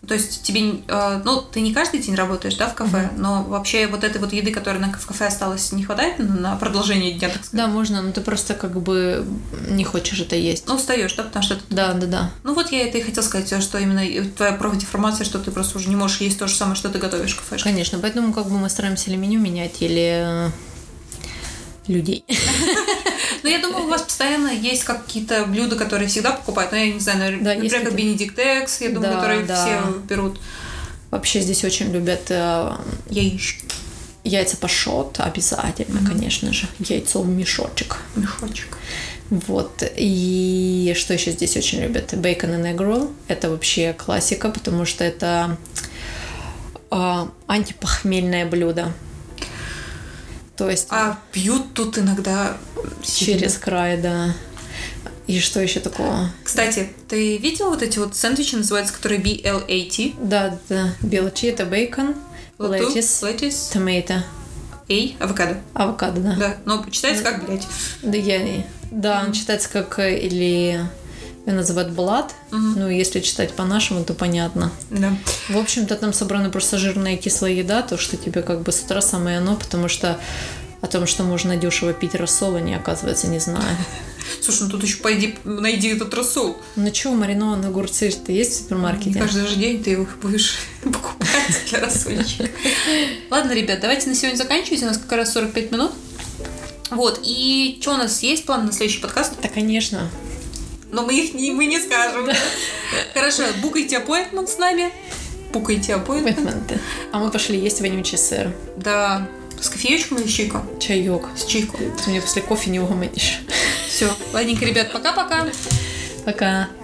То есть тебе, ты не каждый день работаешь, да, в кафе, но вообще вот этой вот еды, которая в кафе осталась, не хватает на продолжение дня, так сказать? Да, можно, но ты просто как бы не хочешь это есть. Ну, устаешь, да, потому что... Да. Ну, вот я это и хотела сказать, что именно твоя профдеформация, что ты просто уже не можешь есть то же самое, что ты готовишь в кафе. Конечно, поэтому как бы мы стараемся или меню менять, или людей. Ну, я думаю, у вас постоянно есть какие-то блюда, которые всегда покупают. Ну, я не знаю, например, как Бенедикт Экс, я думаю, которые все берут. Вообще здесь очень любят яички. Яйца пашот обязательно, конечно же. Яйцо в мешочек. Вот. И что еще здесь очень любят? Бейкон и egg roll. Это вообще классика, потому что это антипохмельное блюдо. То есть... А пьют тут иногда... Через край, да. И что еще такого? Кстати, ты видела вот эти вот сэндвичи, называются, которые BLAT? Да. BLAT — это бейкон, летис, томато. Авокадо. Авокадо, да. Да, но читается как, блядь. Да, он читается как, или ее называют блад. Ну, если читать по-нашему, то понятно. Да. В общем-то, там собрана просто жирная кислая еда, то, что тебе как бы с утра самое оно, потому что о том, что можно дешево пить рассол, они, оказывается, не знаю. Слушай, ну тут еще пойди найди этот рассол. Ну что, маринованные огурцы-то есть в супермаркете? Не каждый же день ты их будешь покупать для рассольчика. Ладно, ребят, давайте на сегодня заканчивать. У нас как раз 45 минут. Вот, и что у нас есть план на следующий подкаст? Да, конечно. Но мы не скажем. Да. Хорошо, букайте аппоинтмент с нами. Букайте аппоинтмент. А мы пошли есть вонючий сыр. Да. С кофеечком или с чайком? Чаек. С чайком. Ты мне после кофе не угомонишь. Все. Ладненько, ребят, пока-пока. Пока.